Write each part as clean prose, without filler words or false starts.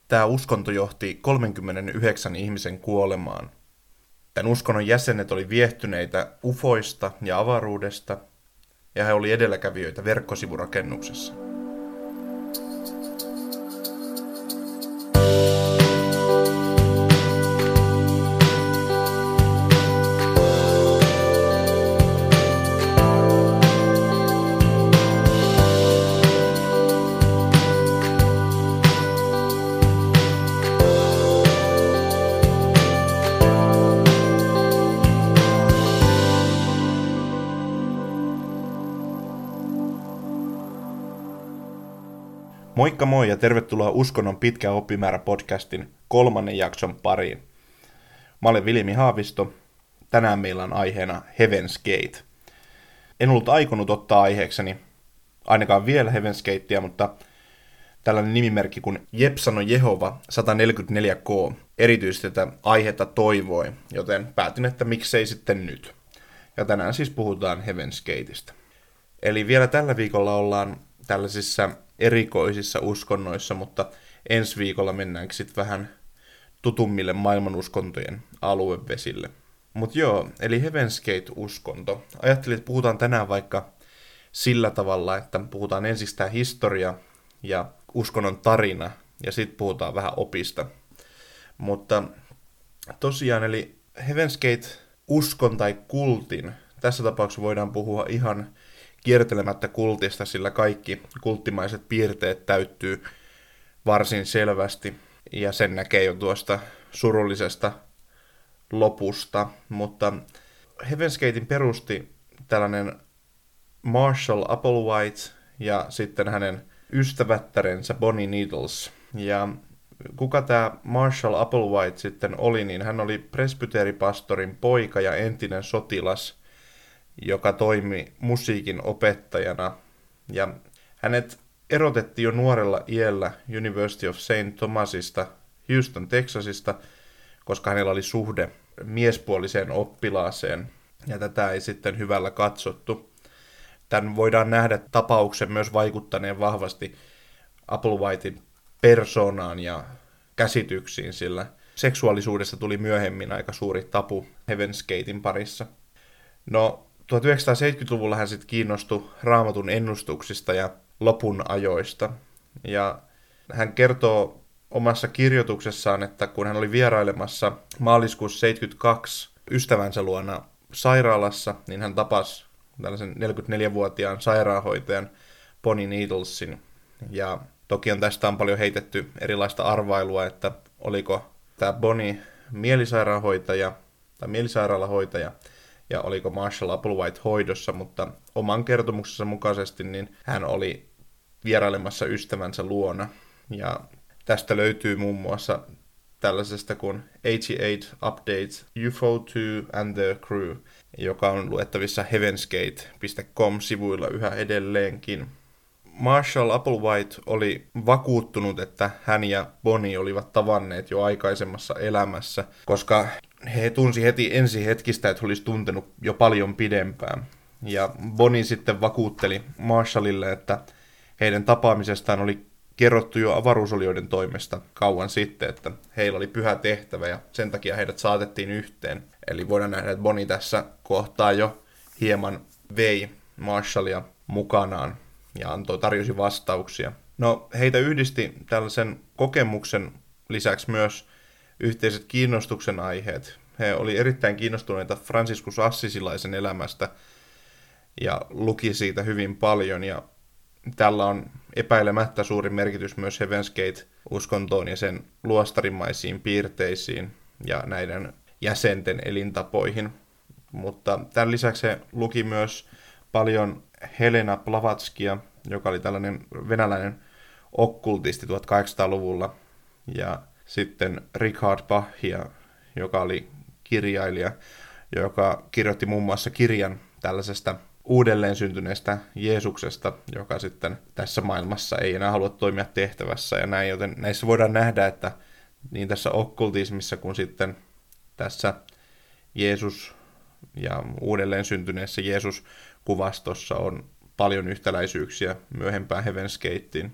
Tämä uskonto johti 39 ihmisen kuolemaan. Tämän uskonnon jäsenet oli viehtyneitä ufoista ja avaruudesta, ja he oli edelläkävijöitä verkkosivurakennuksessa. Moikka moi ja tervetuloa Uskonnon pitkä oppimäärä podcastin 3. jakson pariin. Mä olen Viljami Haavisto. Tänään meillä on aiheena Heaven's Gate. En ollut aikonut ottaa aiheekseni ainakaan vielä Heaven's Gatea, mutta tällainen nimimerkki kuin Jepsano Jehova 144K erityisesti tätä aihetta toivoi, joten päätin, että miksei sitten nyt. Ja tänään siis puhutaan Heaven's Gateista. Eli vielä tällä viikolla ollaan tällaisissa erikoisissa uskonnoissa, mutta ensi viikolla mennäänkin sitten vähän tutummille maailmanuskontojen aluevesille. Mutta joo, eli Heaven's Gate-uskonto. Ajattelin, että puhutaan tänään vaikka sillä tavalla, että puhutaan ensiksi tämä historia ja uskonnon tarina, ja sitten puhutaan vähän opista. Mutta tosiaan, eli Heaven's Gate-uskon tai kultin, tässä tapauksessa voidaan puhua ihan kiertelemättä kultista, sillä kaikki kulttimaiset piirteet täyttyy varsin selvästi, ja sen näkee jo tuosta surullisesta lopusta, mutta Heaven's Gatein perusti tällainen Marshall Applewhite ja sitten hänen ystävättärensä Bonnie Needles. Ja kuka tämä Marshall Applewhite sitten oli, niin hän oli presbyteripastorin poika ja entinen sotilas, joka toimi musiikin opettajana, ja hänet erotettiin jo nuorella iällä University of St. Thomasista Houston, Texasista, koska hänellä oli suhde miespuoliseen oppilaaseen, ja tätä ei sitten hyvällä katsottu. Tämän voidaan nähdä tapauksen myös vaikuttaneen vahvasti Applewhiten persoonaan ja käsityksiin, sillä seksuaalisuudesta tuli myöhemmin aika suuri tabu Heaven's Gatein parissa. No, 1970-luvulla hän sitten kiinnostui Raamatun ennustuksista ja lopun ajoista. Ja hän kertoo omassa kirjoituksessaan, että kun hän oli vierailemassa maaliskuussa 1972 ystävänsä luona sairaalassa, niin hän tapasi tällaisen 44-vuotiaan sairaanhoitajan Bonnie Needlesin. Ja toki tästä on paljon heitetty erilaista arvailua, että oliko tämä Bonnie mielisairaanhoitaja tai mielisairaalahoitaja, ja oliko Marshall Applewhite hoidossa, mutta oman kertomuksensa mukaisesti niin hän oli vierailemassa ystävänsä luona. Ja tästä löytyy muun muassa tällaisesta kuin 88 Updates UFO2 and the Crew, joka on luettavissa heavensgate.com-sivuilla yhä edelleenkin. Marshall Applewhite oli vakuuttunut, että hän ja Bonnie olivat tavanneet jo aikaisemmassa elämässä, koska he tunsi heti ensi hetkistä, että he olisi tuntenut jo paljon pidempään. Ja Bonnie sitten vakuutteli Marshallille, että heidän tapaamisestaan oli kerrottu jo avaruusolioiden toimesta kauan sitten, että heillä oli pyhä tehtävä ja sen takia heidät saatettiin yhteen. Eli voidaan nähdä, että Bonnie tässä kohtaa jo hieman vei Marshallia mukanaan ja tarjosi vastauksia. No, heitä yhdisti tällaisen kokemuksen lisäksi myös yhteiset kiinnostuksen aiheet. He oli erittäin kiinnostuneita Franciscus Assisilaisen elämästä ja luki siitä hyvin paljon, ja tällä on epäilemättä suuri merkitys myös Heaven's Gate-uskontoon ja sen luostarimaisiin piirteisiin ja näiden jäsenten elintapoihin. Mutta tämän lisäksi he luki myös paljon Helena Blavatskia, joka oli tällainen venäläinen okkultisti 1800-luvulla, ja sitten Richard Bachia, joka oli kirjailija, joka kirjoitti muun muassa kirjan tällaisesta uudelleen syntyneestä Jeesuksesta, joka sitten tässä maailmassa ei enää halua toimia tehtävässä ja näin, joten näissä voidaan nähdä, että niin tässä okkultismissa kuin sitten tässä Jeesus ja uudelleen syntyneessä Jeesus-kuvastossa on paljon yhtäläisyyksiä myöhempään Heaven's Gateen.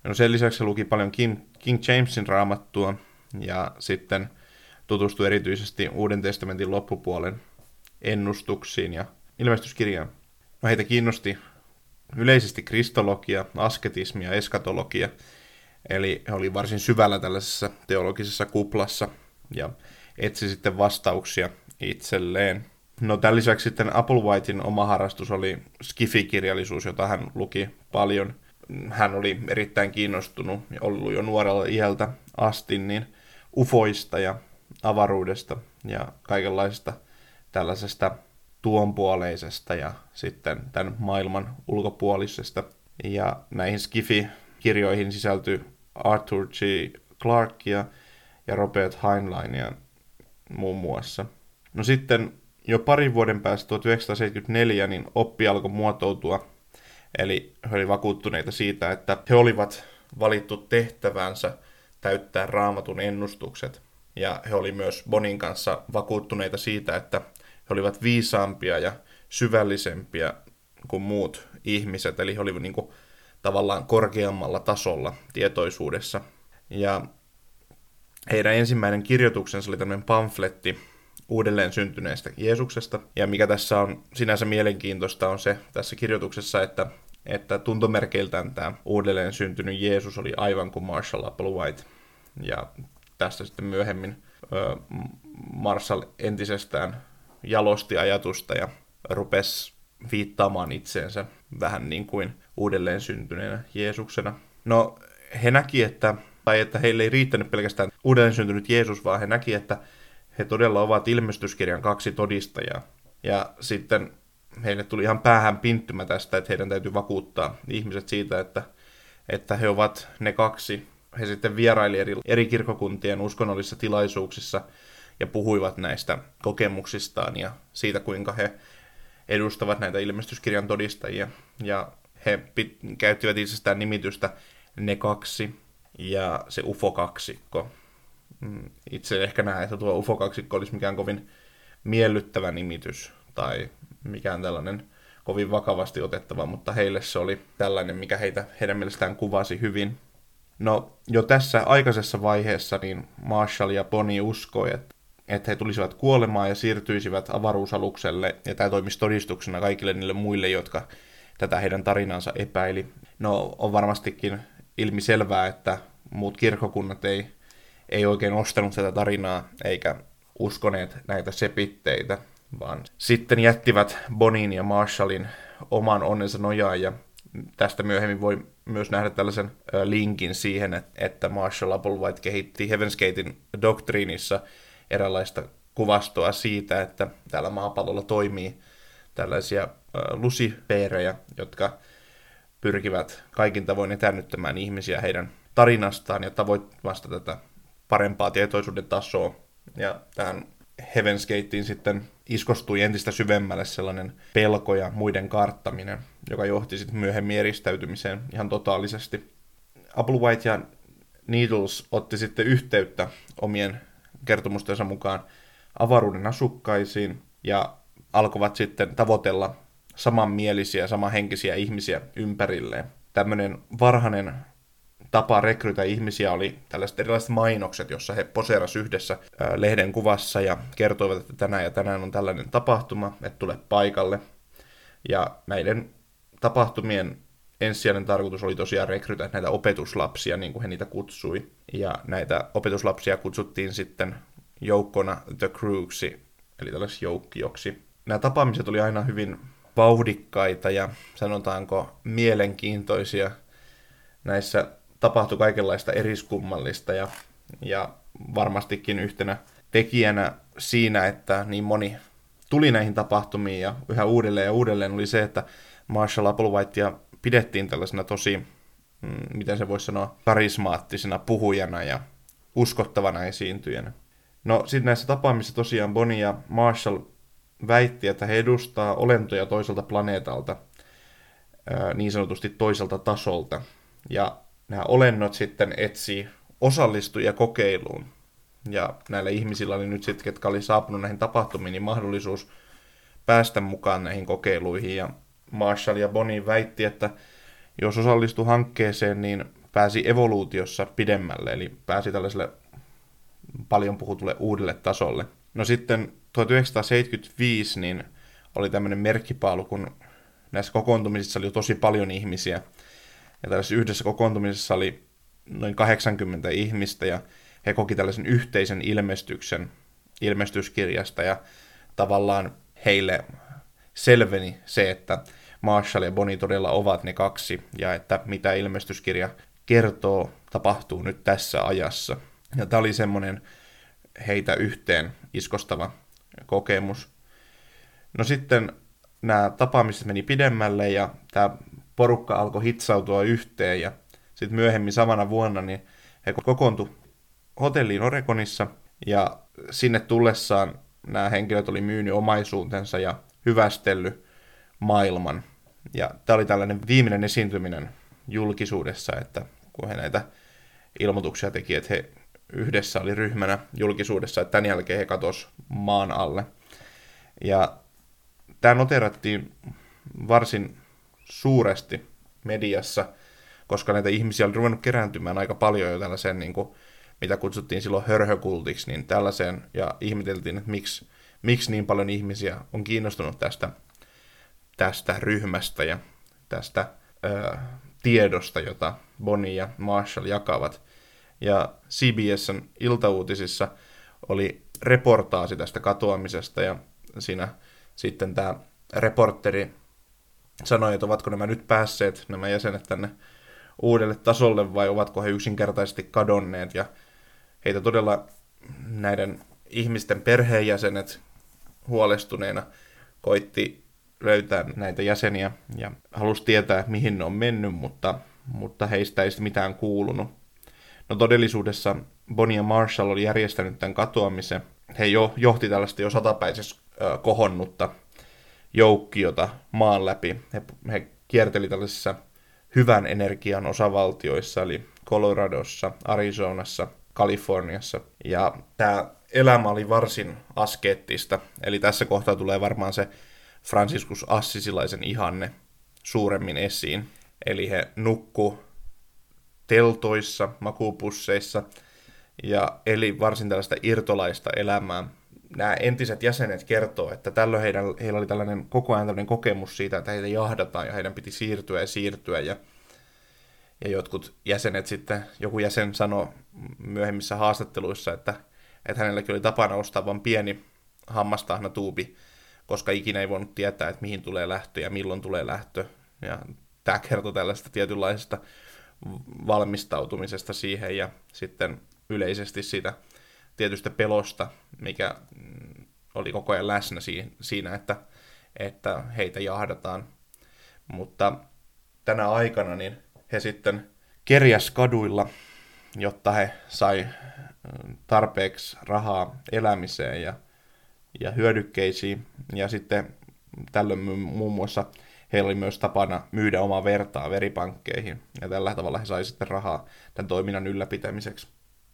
No sen lisäksi hän luki paljon King Jamesin raamattua ja sitten tutustui erityisesti Uuden testamentin loppupuolen ennustuksiin ja ilmestyskirjaan. No heitä kiinnosti yleisesti kristologia, asketismi ja eskatologia, eli he oli varsin syvällä tällaisessa teologisessa kuplassa ja etsi sitten vastauksia itselleen. No tämän lisäksi sitten Applewhitein oma harrastus oli skifi-kirjallisuus, jota hän luki paljon. Hän oli erittäin kiinnostunut ja ollut jo nuorella iältä asti niin ufoista ja avaruudesta ja kaikenlaisesta tällaisesta tuonpuoleisesta ja sitten tämän maailman ulkopuolisesta. Ja näihin Skifi-kirjoihin sisältyi Arthur G. Clarkia ja Robert Heinleinia muun muassa. No sitten jo parin vuoden päästä 1974 niin oppi alkoi muotoutua, eli he olivat vakuuttuneita siitä, että he olivat valittu tehtävänsä täyttää Raamatun ennustukset. Ja he olivat myös Bonin kanssa vakuuttuneita siitä, että he olivat viisaampia ja syvällisempiä kuin muut ihmiset, eli he olivat niin kuin tavallaan korkeammalla tasolla tietoisuudessa. Ja heidän ensimmäinen kirjoituksensa oli tämmöinen pamfletti uudelleen syntyneestä Jeesuksesta. Ja mikä tässä on sinänsä mielenkiintoista on se tässä kirjoituksessa, että tuntomerkeiltään tämä uudelleen syntynyt Jeesus oli aivan kuin Marshall Applewhite. Ja tästä sitten myöhemmin Marshall entisestään jalosti ajatusta ja rupesi viittaamaan itseensä vähän niin kuin uudelleen syntyneenä Jeesuksena. No he näki, että heille ei riittänyt pelkästään uudelleen syntynyt Jeesus, vaan he näki, että he todella ovat ilmestyskirjan 2 todistajaa. Ja sitten heille tuli ihan päähän pinttymä tästä, että heidän täytyy vakuuttaa ihmiset siitä, että he ovat ne 2. He sitten vieraili eri kirkkokuntien uskonnollisissa tilaisuuksissa ja puhuivat näistä kokemuksistaan ja siitä, kuinka he edustavat näitä ilmestyskirjan todistajia. Ja he käyttivät itsestään nimitystä ne 2 ja se UFO-kaksikko. Itse ehkä näen, että tuo UFO-kaksikko olisi mikään kovin miellyttävä nimitys tai mikään tällainen kovin vakavasti otettava, mutta heille se oli tällainen, mikä heidän mielestään kuvasi hyvin. No jo tässä aikaisessa vaiheessa niin Marshall ja Bonnie uskoi, että he tulisivat kuolemaan ja siirtyisivät avaruusalukselle, ja tämä toimisi todistuksena kaikille niille muille, jotka tätä heidän tarinansa epäili. No on varmastikin ilmiselvää, että muut kirkkokunnat ei oikein ostanut tätä tarinaa, eikä uskoneet näitä sepitteitä, vaan sitten jättivät Bonnin ja Marshallin oman onnensa nojaan, ja tästä myöhemmin voi myös nähdä tällaisen linkin siihen, että Marshall Applewhite kehitti Heaven's Gatein doktriinissa eräänlaista kuvastoa siitä, että täällä maapallolla toimii tällaisia lusiferejä, jotka pyrkivät kaikin tavoin etännyttämään ihmisiä heidän tarinastaan ja tavoittamasta tätä parempaa tietoisuuden tasoa. Ja tähän Heaven's Gateen sitten iskostui entistä syvemmälle sellainen pelko ja muiden karttaminen, joka johti sitten myöhemmin eristäytymiseen ihan totaalisesti. Applewhite ja Needles otti sitten yhteyttä omien kertomustensa mukaan avaruuden asukkaisiin ja alkoivat sitten tavoitella samanmielisiä, samanhenkisiä ihmisiä ympärilleen. Tämmöinen varhainen tapa rekrytä ihmisiä oli tällaiset erilaiset mainokset, jossa he poseerasivat yhdessä lehden kuvassa ja kertoivat, että tänään ja tänään on tällainen tapahtuma, että tule paikalle. Ja näiden tapahtumien ensisijainen tarkoitus oli tosiaan rekrytä näitä opetuslapsia, niin kuin he niitä kutsui. Ja näitä opetuslapsia kutsuttiin sitten joukkona The Crewksi, eli tällaisiksi joukkioksi. Nämä tapaamiset oli aina hyvin vauhdikkaita ja sanotaanko mielenkiintoisia. Näissä tapahtui kaikenlaista eriskummallista ja varmastikin yhtenä tekijänä siinä, että niin moni tuli näihin tapahtumiin ja yhä uudelleen oli se, että Marshall Applewhitea pidettiin tällaisena tosi, miten se voisi sanoa, karismaattisena puhujana ja uskottavana esiintyjänä. No sitten näissä tapaamissa tosiaan Bonnie ja Marshall väitti, että he edustaa olentoja toiselta planeetalta, niin sanotusti toiselta tasolta. Ja nämä olennot sitten etsii osallistujia kokeiluun. Ja näillä ihmisillä oli nyt sitten, ketkä oli saapunut näihin tapahtumiin, niin mahdollisuus päästä mukaan näihin kokeiluihin. Ja Marshall ja Bonnie väitti, että jos osallistui hankkeeseen, niin pääsi evoluutiossa pidemmälle, eli pääsi tällaiselle paljon puhutulle uudelle tasolle. No sitten 1975 niin oli tämmöinen merkkipaalu, kun näissä kokoontumisissa oli jo tosi paljon ihmisiä. Ja tällaisessa yhdessä kokoontumisessa oli noin 80 ihmistä, ja he koki tällaisen yhteisen ilmestyksen ilmestyskirjasta, ja tavallaan heille selveni se, että Marshall ja Bonnie todella ovat ne kaksi, ja että mitä ilmestyskirja kertoo, tapahtuu nyt tässä ajassa. Ja tämä oli semmoinen heitä yhteen iskostava kokemus. No sitten nämä tapaamiset meni pidemmälle, ja tämä porukka alkoi hitsautua yhteen, ja sitten myöhemmin samana vuonna niin he kokoontuivat hotelliin Oregonissa, ja sinne tullessaan nämä henkilöt oli myynyt omaisuutensa ja hyvästellyt maailman. Ja tämä oli tällainen viimeinen esiintyminen julkisuudessa, että kun he näitä ilmoituksia teki, että he yhdessä oli ryhmänä julkisuudessa, että tämän jälkeen he katosivat maan alle. Ja tämä noterattiin varsin suuresti mediassa, koska näitä ihmisiä oli ruvennut kerääntymään aika paljon jo tällaiseen, niin kuin, mitä kutsuttiin silloin hörhökultiksi, niin tällaiseen, ja ihmeteltiin, että miksi niin paljon ihmisiä on kiinnostunut tästä ryhmästä ja tästä tiedosta, jota Bonnie ja Marshall jakavat. Ja CBS:n iltauutisissa oli reportaasi tästä katoamisesta, ja siinä sitten tämä reporteri sanoi, että ovatko nämä nyt päässeet, nämä jäsenet, tänne uudelle tasolle, vai ovatko he yksinkertaisesti kadonneet. Ja heitä todella näiden ihmisten perheenjäsenet huolestuneena koitti löytää näitä jäseniä ja halusi tietää, mihin ne on mennyt, mutta heistä ei mitään kuulunut. No todellisuudessa Bonnie ja Marshall oli järjestänyt tämän katoamisen. He johti tällaista jo satapäisessä kohonnutta joukkiota maan läpi. He kierteli tällaisissa hyvän energian osavaltioissa, eli Coloradossa, Arizonassa, Kaliforniassa. Ja tämä elämä oli varsin askeettista, eli tässä kohtaa tulee varmaan se Franciscus Assisilaisen ihanne suuremmin esiin. Eli he nukku teltoissa, makuupusseissa ja eli varsin tällaista irtolaista elämää. Nämä entiset jäsenet kertoo, että tällöin heillä oli tällainen koko ajan tällainen kokemus siitä, että heitä jahdataan ja heidän piti siirtyä. Ja jotkut jäsenet sitten, joku jäsen sanoi myöhemmissä haastatteluissa, että hänelläkin oli tapana ostaa vain pieni hammastahnatuubi, koska ikinä ei voinut tietää, että mihin tulee lähtö ja milloin tulee lähtö. Ja tämä kertoo tällaista tietynlaisesta valmistautumisesta siihen ja sitten yleisesti siitä tietystä pelosta, mikä oli koko ajan läsnä siinä, että heitä jahdataan. Mutta tänä aikana niin he sitten kerjäs kaduilla, jotta he sai tarpeeksi rahaa elämiseen ja hyödykkeisiin. Ja sitten tällöin muun muassa heillä oli myös tapana myydä omaa vertaa veripankkeihin. Ja tällä tavalla he sai sitten rahaa tämän toiminnan ylläpitämiseksi.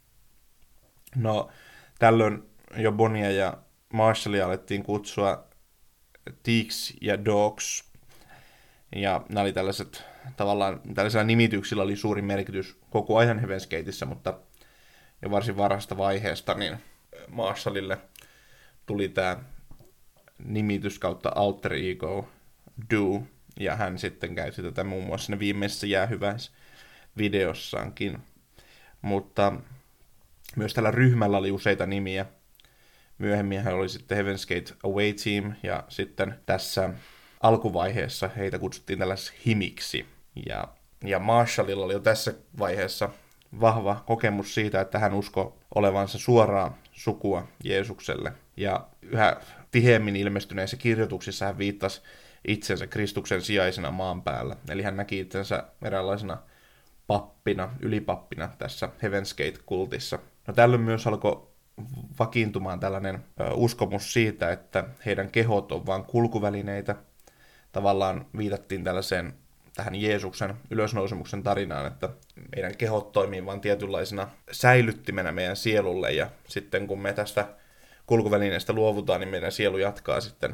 No, tällöin jo Bonnie ja Marshallia alettiin kutsua Teeks ja Dogs. Ja nämä oli tällaiset, tavallaan tällaisilla nimityksillä oli suuri merkitys koko ajan Heaven's Gateissa, mutta jo varsin varhaisesta vaiheesta niin Marshallille tuli tämä nimitys kautta alter ego Do, ja hän sitten käytti tätä muun muassa siinä viimeisessä jäähyväisvideossaankin. Mutta myös tällä ryhmällä oli useita nimiä. Myöhemmin hän oli sitten Heaven's Gate Away Team, ja sitten tässä alkuvaiheessa heitä kutsuttiin tällaisiksi himiksi. Ja Marshallilla oli jo tässä vaiheessa vahva kokemus siitä, että hän uskoi olevansa suoraa sukua Jeesukselle. Ja yhä tiheemmin ilmestyneissä kirjoituksissa hän viittasi itsensä Kristuksen sijaisena maan päällä. Eli hän näki itsensä eräänlaisena pappina, ylipappina tässä Heaven's Gate-kultissa. No tällöin myös alkoi vakiintumaan tällainen uskomus siitä, että heidän kehot on vain kulkuvälineitä. Tavallaan viitattiin tähän Jeesuksen ylösnousemuksen tarinaan, että meidän kehot toimii vain tietynlaisena säilyttimenä meidän sielulle, ja sitten kun me tästä kulkuvälineestä luovutaan, niin meidän sielu jatkaa sitten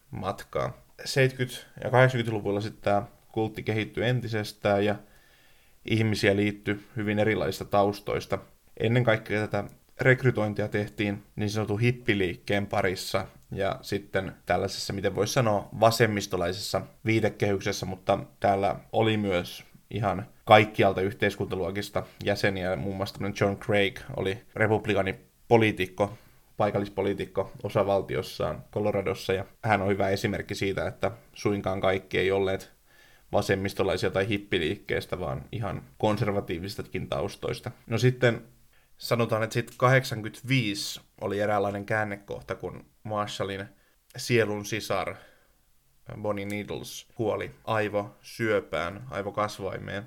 matkaa. 70- ja 80-luvulla sitten tämä kultti kehittyi entisestään, ja ihmisiä liittyi hyvin erilaisista taustoista. Ennen kaikkea tätä rekrytointia tehtiin niin sanotun hippiliikkeen parissa ja sitten tällaisessa, miten voisi sanoa, vasemmistolaisessa viitekehyksessä, mutta täällä oli myös ihan kaikkialta yhteiskuntaluokista jäseniä. Muun muassa John Craig oli republikaanipoliitikko, paikallispoliitikko osavaltiossaan Coloradossa, ja hän on hyvä esimerkki siitä, että suinkaan kaikki ei olleet vasemmistolaisia tai hippiliikkeestä, vaan ihan konservatiivisistakin taustoista. No sitten sanotaan, että sitten 85 oli eräänlainen käännekohta, kun Marshallin sielun sisar Bonnie Needles kuoli aivosyöpään, aivokasvaimeen.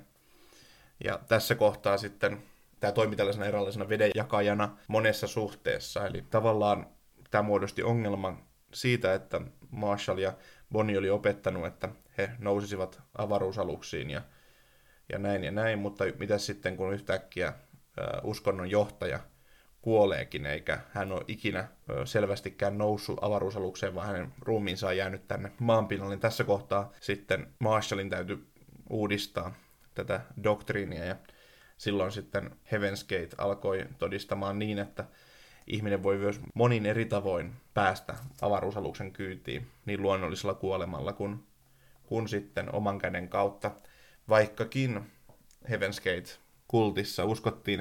Ja tässä kohtaa sitten tämä toimi tällaisena eräänlaisena vedenjakajana monessa suhteessa. Eli tavallaan tämä muodosti ongelman siitä, että Marshall ja Bonnie oli opettanut, että he nousisivat avaruusaluksiin ja näin, mutta mitä sitten kun yhtäkkiä uskonnon johtaja kuoleekin, eikä hän ole ikinä selvästikään noussut avaruusalukseen, vaan hänen ruumiinsa on jäänyt tänne maanpinnalle. Tässä kohtaa sitten Marshallin täytyy uudistaa tätä doktriinia, ja silloin sitten Heaven's Gate alkoi todistamaan niin, että ihminen voi myös monin eri tavoin päästä avaruusaluksen kyytiin, niin luonnollisella kuolemalla kuin sitten oman käden kautta. Vaikkakin Heaven's Gate-kultissa uskottiin,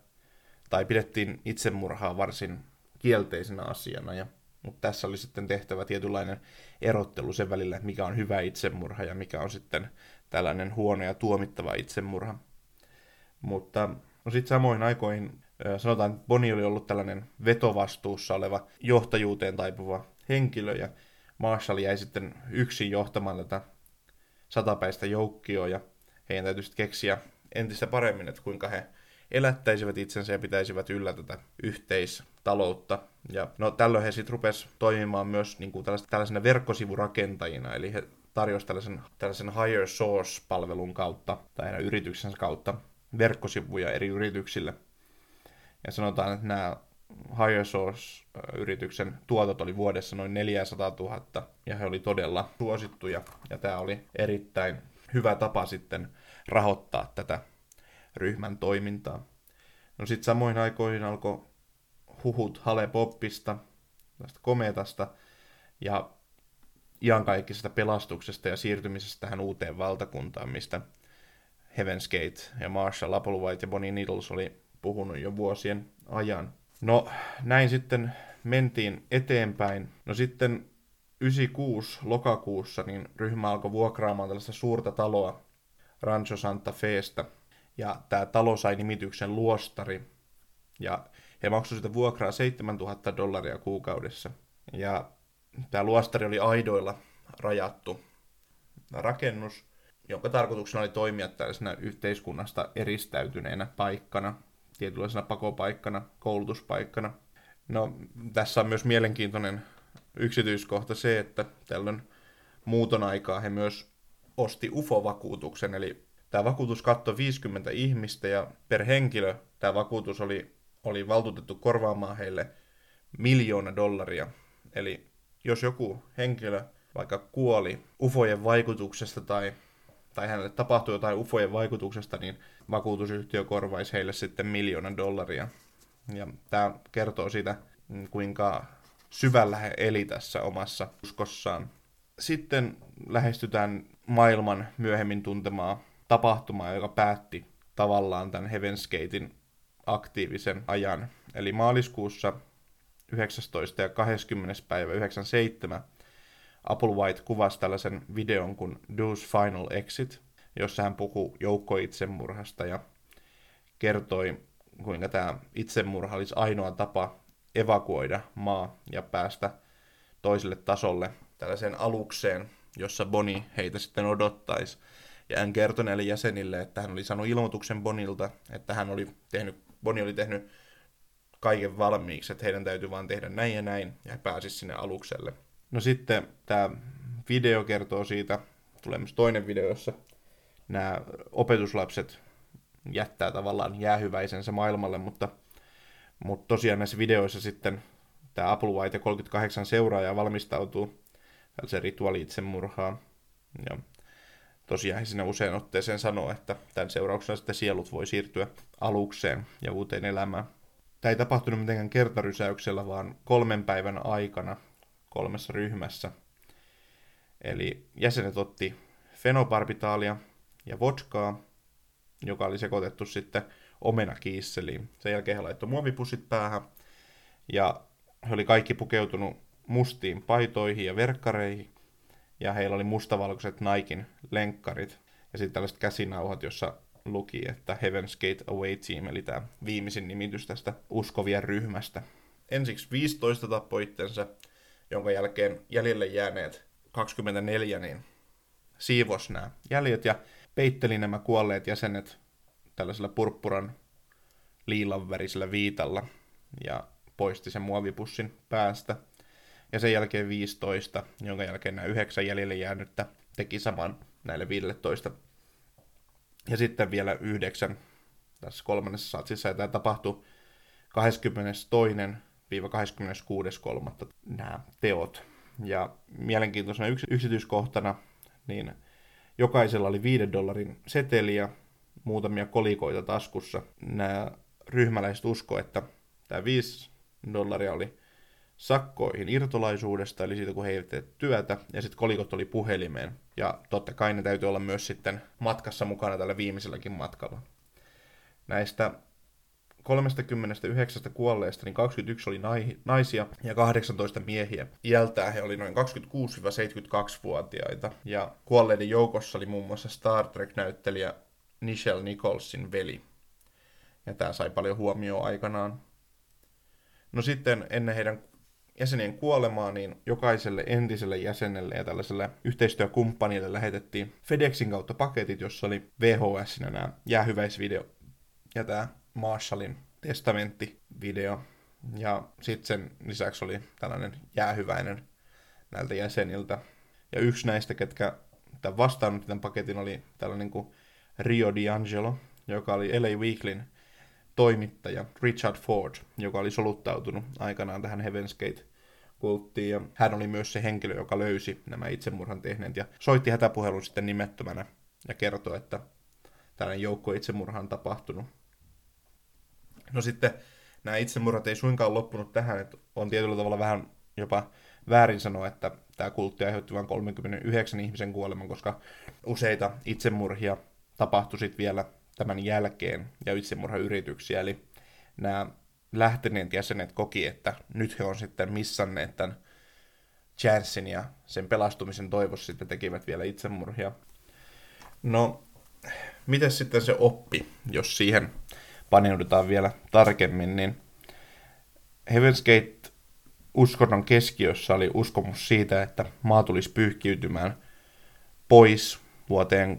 tai pidettiin itsemurhaa varsin kielteisenä asiana, mutta tässä oli sitten tehtävä tietynlainen erottelu sen välillä, että mikä on hyvä itsemurha ja mikä on sitten tällainen huono ja tuomittava itsemurha. Mutta no sitten samoihin aikoihin sanotaan, että Bonnie oli ollut tällainen vetovastuussa oleva johtajuuteen taipuva henkilö, ja Marshall jäi sitten yksin johtamaan tätä satapäistä joukkioa, ja heidän täytyy sitten keksiä entistä paremmin, että kuinka he elättäisivät itsensä ja pitäisivät yllä tätä yhteistaloutta. Ja no, tällöin he sitten rupesivat toimimaan myös niin kuin tällaisena verkkosivurakentajina, eli he tarjosivat tällaisen Higher Source-palvelun kautta, tai heidän yrityksensä kautta, verkkosivuja eri yrityksille. Ja sanotaan, että nämä Higher Source-yrityksen tuotot oli vuodessa noin 400 000, ja he oli todella suosittuja, ja tämä oli erittäin hyvä tapa sitten rahoittaa tätä ryhmän toimintaa. No sitten samoin aikoihin alkoi huhut Hale-Boppista, tästä kometasta, ja iankaikkisesta pelastuksesta ja siirtymisestä tähän uuteen valtakuntaan, mistä Heaven's Gate ja Marshall, Applewhite ja Bonnie Needles oli puhunut jo vuosien ajan. No näin sitten mentiin eteenpäin. No sitten 96 lokakuussa niin ryhmä alkoi vuokraamaan tällaista suurta taloa Rancho Santa Feesta. Ja tämä talo sai nimityksen Luostari. Ja he maksoivat sitä vuokraa $7,000 kuukaudessa. Ja tämä luostari oli aidoilla rajattu rakennus, jonka tarkoituksena oli toimia tällaisena yhteiskunnasta eristäytyneenä paikkana, tietynlaisena pakopaikkana, koulutuspaikkana. No, tässä on myös mielenkiintoinen yksityiskohta se, että tällöin muuton aikaa he myös osti UFO-vakuutuksen, eli tämä vakuutus kattoi 50 ihmistä, ja per henkilö tämä vakuutus oli valtuutettu korvaamaan heille $1,000,000. Eli jos joku henkilö vaikka kuoli ufojen vaikutuksesta tai hänelle tapahtui jotain ufojen vaikutuksesta, niin vakuutusyhtiö korvaisi heille sitten $1,000,000. Ja tämä kertoo siitä, kuinka syvällä he eli tässä omassa uskossaan. Sitten lähestytään maailman myöhemmin tuntemaa tapahtumaa, joka päätti tavallaan tämän Heaven's Gaten aktiivisen ajan. Eli maaliskuussa 19. ja 20. päivä 97 Applewhite kuvasi tällaisen videon kuin Do's Final Exit, jossa hän puhui joukkoitsemurhasta ja kertoi, kuinka tämä itsemurha olisi ainoa tapa evakuoida maa ja päästä toiselle tasolle tällaiseen alukseen, jossa Bonnie heitä sitten odottaisi. Ja hän kertoi näille jäsenille, että hän oli saanut ilmoituksen Bonilta, että Bonnie oli tehnyt kaiken valmiiksi, että heidän täytyy vaan tehdä näin ja näin, ja he pääsisivät sinne alukselle. No sitten tämä video kertoo siitä, tulee myös toinen video, jossa nämä opetuslapset jättää tavallaan jäähyväisensä maailmalle, mutta tosiaan näissä videoissa sitten tämä Applewhite ja 38 seuraajaa valmistautuu tällaiseen rituaali-itsemurhaan. Ja tosiaan he sinne usein otteeseen sanoo, että tämän seurauksena sitten sielut voi siirtyä alukseen ja uuteen elämään. Tämä ei tapahtunut mitenkään kertarysäyksellä, vaan 3 päivän aikana 3 ryhmässä. Eli jäsenet otti fenobarbitaalia ja vodkaa, joka oli sekoitettu sitten omenakiisseliin. Sen jälkeen he laittoi muovipussit päähän ja he oli kaikki pukeutunut mustiin paitoihin ja verkkareihin ja heillä oli mustavalkoiset Niken lenkkarit ja sitten tällaiset käsinauhat, jossa luki, että Heaven's Gate Away Team, eli tämä viimeisin nimitys tästä uskovien ryhmästä. Ensiksi 15 tappoi itsensä, jonka jälkeen jäljelle jääneet 24 niin siivos nämä jäljet ja peitteli nämä kuolleet jäsenet tällaisella purppuran liilanvärisellä viitalla ja poisti sen muovipussin päästä. Ja sen jälkeen 15, jonka jälkeen nämä 9 jäljelle jäänyttä teki saman näille 15. Ja sitten vielä 9 tässä 3. satsissa, ja tämä tapahtui 22.–26.3. nämä teot. Ja mielenkiintoisena yksityiskohtana, niin jokaisella oli $5 seteli ja muutamia kolikoita taskussa. Nämä ryhmäläiset uskoo, että tämä $5 oli sakkoihin irtolaisuudesta, eli siitä kun he eivät tee työtä, ja sitten kolikot oli puhelimeen. Ja totta kai ne täytyy olla myös sitten matkassa mukana tällä viimeiselläkin matkalla. Näistä 39 kuolleista, niin 21 oli naisia ja 18 miehiä. Iältään he oli noin 26-72-vuotiaita. Ja kuolleiden joukossa oli muun muassa Star Trek-näyttelijä Nichelle Nicholsin veli. Ja tämä sai paljon huomioon aikanaan. No sitten ennen heidän jäsenien kuolemaa, niin jokaiselle entiselle jäsenelle ja tällaiselle yhteistyökumppanille lähetettiin FedExin kautta paketit, jossa oli VHS:inä nämä jäähyväisvideo ja tämä Marshallin testamenttivideo. Ja sitten sen lisäksi oli tällainen jäähyväinen näiltä jäseniltä. Ja yksi näistä, ketkä tämän vastaanotti tämän paketin, oli tällainen kuin Rio D'Angelo, joka oli LA Weeklyn toimittaja Richard Ford, joka oli soluttautunut aikanaan tähän Heaven's Gate-kulttiin. Ja hän oli myös se henkilö, joka löysi nämä itsemurhan tehneet ja soitti hätäpuhelun sitten nimettömänä ja kertoi, että tällainen joukko itsemurha on tapahtunut. No sitten nämä itsemurhat ei suinkaan loppunut tähän, että on tietyllä tavalla vähän jopa väärin sanoa, että tämä kultti aiheutti vain 39 ihmisen kuoleman, koska useita itsemurhia tapahtui sitten vielä tämän jälkeen ja itsemurhayrityksiä, eli nämä lähteneet jäsenet koki, että nyt he on sitten missanneet tämän chanssin ja sen pelastumisen toivossa sitten tekivät vielä itsemurhia. No, miten sitten se oppi, jos siihen paneudutaan vielä tarkemmin, niin Heaven's Gate-uskonnon keskiössä oli uskomus siitä, että maa tulisi pyyhkiytymään pois vuoteen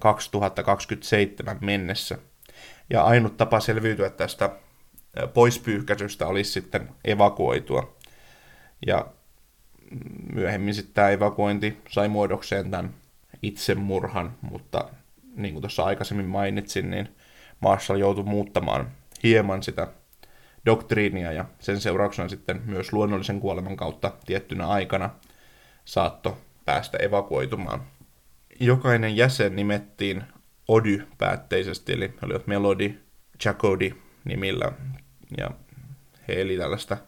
2027 mennessä. Ja ainut tapa selviytyä tästä poispyyhkäisystä olisi sitten evakuoitua. Ja myöhemmin sitten tämä evakuointi sai muodokseen tämän itsemurhan, mutta niin kuin tuossa aikaisemmin mainitsin, niin Marshall joutui muuttamaan hieman sitä doktriinia ja sen seurauksena sitten myös luonnollisen kuoleman kautta tiettynä aikana saattoi päästä evakuoitumaan. Jokainen jäsen nimettiin Ody-päätteisesti, eli he olivat Melody, Jacody nimillä, ja he eli tällaista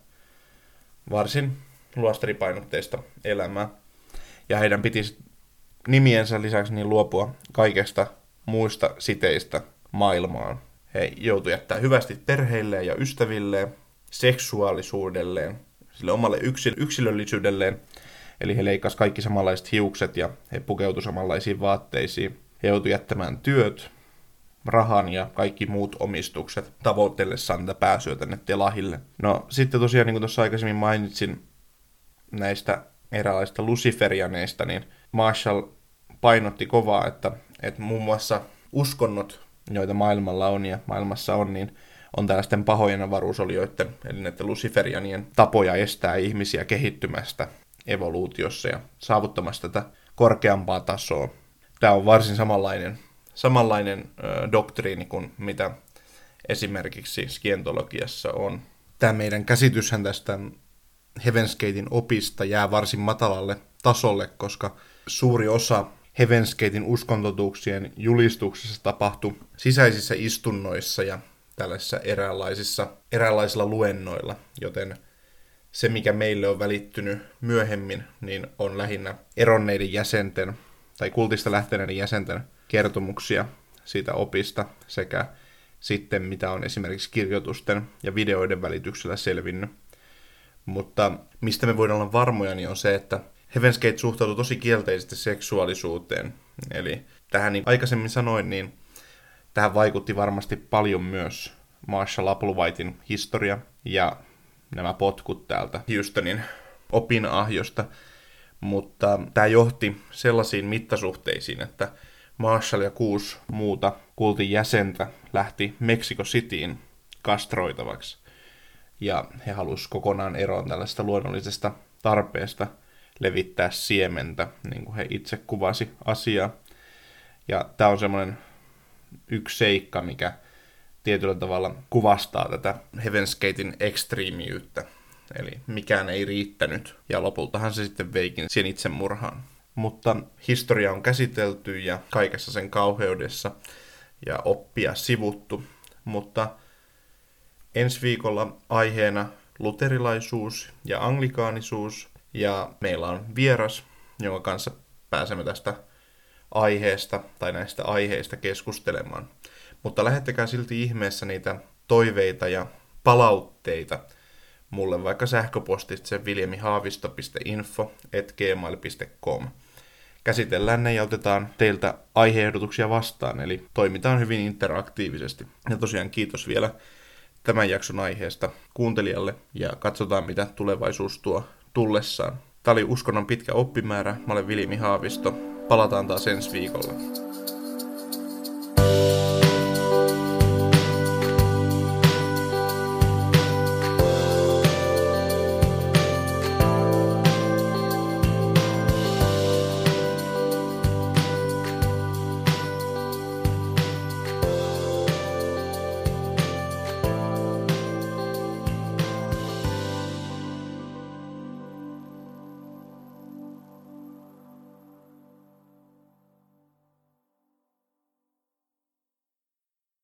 varsin luostaripainotteista elämää. Ja heidän piti nimiensä lisäksi niin luopua kaikesta muista siteistä maailmaan. He joutuivat jättää hyvästi perheilleen ja ystävilleen, seksuaalisuudelleen, sille omalle yksilöllisyydelleen. Eli he leikkasivat kaikki samanlaiset hiukset ja he pukeutuivat samanlaisiin vaatteisiin. He joutuivat jättämään työt, rahan ja kaikki muut omistukset tavoitellessaan tätä pääsyä tänne telahille. No sitten tosiaan, niin kuin tuossa aikaisemmin mainitsin näistä eräänlaisista luciferianeista, niin Marshall painotti kovaa, että muun muassa uskonnot, joita maailmalla on ja maailmassa on, niin on tällaisten pahojen avaruusolioiden, eli näiden luciferianien tapoja estää ihmisiä kehittymästä evoluutiossa ja saavuttamasta tätä korkeampaa tasoa. Tämä on varsin samanlainen doktriini kuin mitä esimerkiksi skientologiassa on. Tämä meidän käsityshän tästä Heaven's Gatein opista jää varsin matalalle tasolle, koska suuri osa Heaven's Gaten uskontotuuksien julistuksessa tapahtui sisäisissä istunnoissa ja tällaisissa eräänlaisilla luennoilla, joten se, mikä meille on välittynyt myöhemmin, niin on lähinnä eronneiden jäsenten tai kultista lähteneiden jäsenten kertomuksia siitä opista sekä sitten mitä on esimerkiksi kirjoitusten ja videoiden välityksellä selvinnyt. Mutta mistä me voidaan olla varmoja, niin on se, että Heaven's Gate suhtautuu tosi kielteisesti seksuaalisuuteen. Eli tähän niin aikaisemmin sanoin, niin tähän vaikutti varmasti paljon myös Marshall Applewhiten historia ja nämä potkut täältä Houstonin opinahjosta. Mutta tämä johti sellaisiin mittasuhteisiin, että Marshall ja 6 muuta kultin jäsentä lähti Mexico Cityin kastroitavaksi. Ja he halusivat kokonaan eroon tällaista luonnollisesta tarpeesta levittää siementä, niin kuin he itse kuvasi asiaa. Ja tämä on semmoinen yksi seikka, mikä tietyllä tavalla kuvastaa tätä Heaven's Gaten ekstriimiyttä. Eli mikään ei riittänyt, ja lopultahan se sitten veikin sen itsemurhaan. Mutta historia on käsitelty ja kaikessa sen kauheudessa ja oppia sivuttu. Mutta ensi viikolla aiheena luterilaisuus ja anglikaanisuus, ja meillä on vieras, jonka kanssa pääsemme tästä aiheesta tai näistä aiheista keskustelemaan. Mutta lähettäkää silti ihmeessä niitä toiveita ja palautteita mulle vaikka sähköpostitse viljamihaavisto.info@gmail.com. Käsitellään ne ja otetaan teiltä aiheehdotuksia vastaan, eli toimitaan hyvin interaktiivisesti. Ja tosiaan kiitos vielä tämän jakson aiheesta kuuntelijalle ja katsotaan mitä tulevaisuus tuo tullessaan. Tämä oli uskonnon pitkä oppimäärä. Mä olen Viljami Haavisto. Palataan taas ensi viikolla.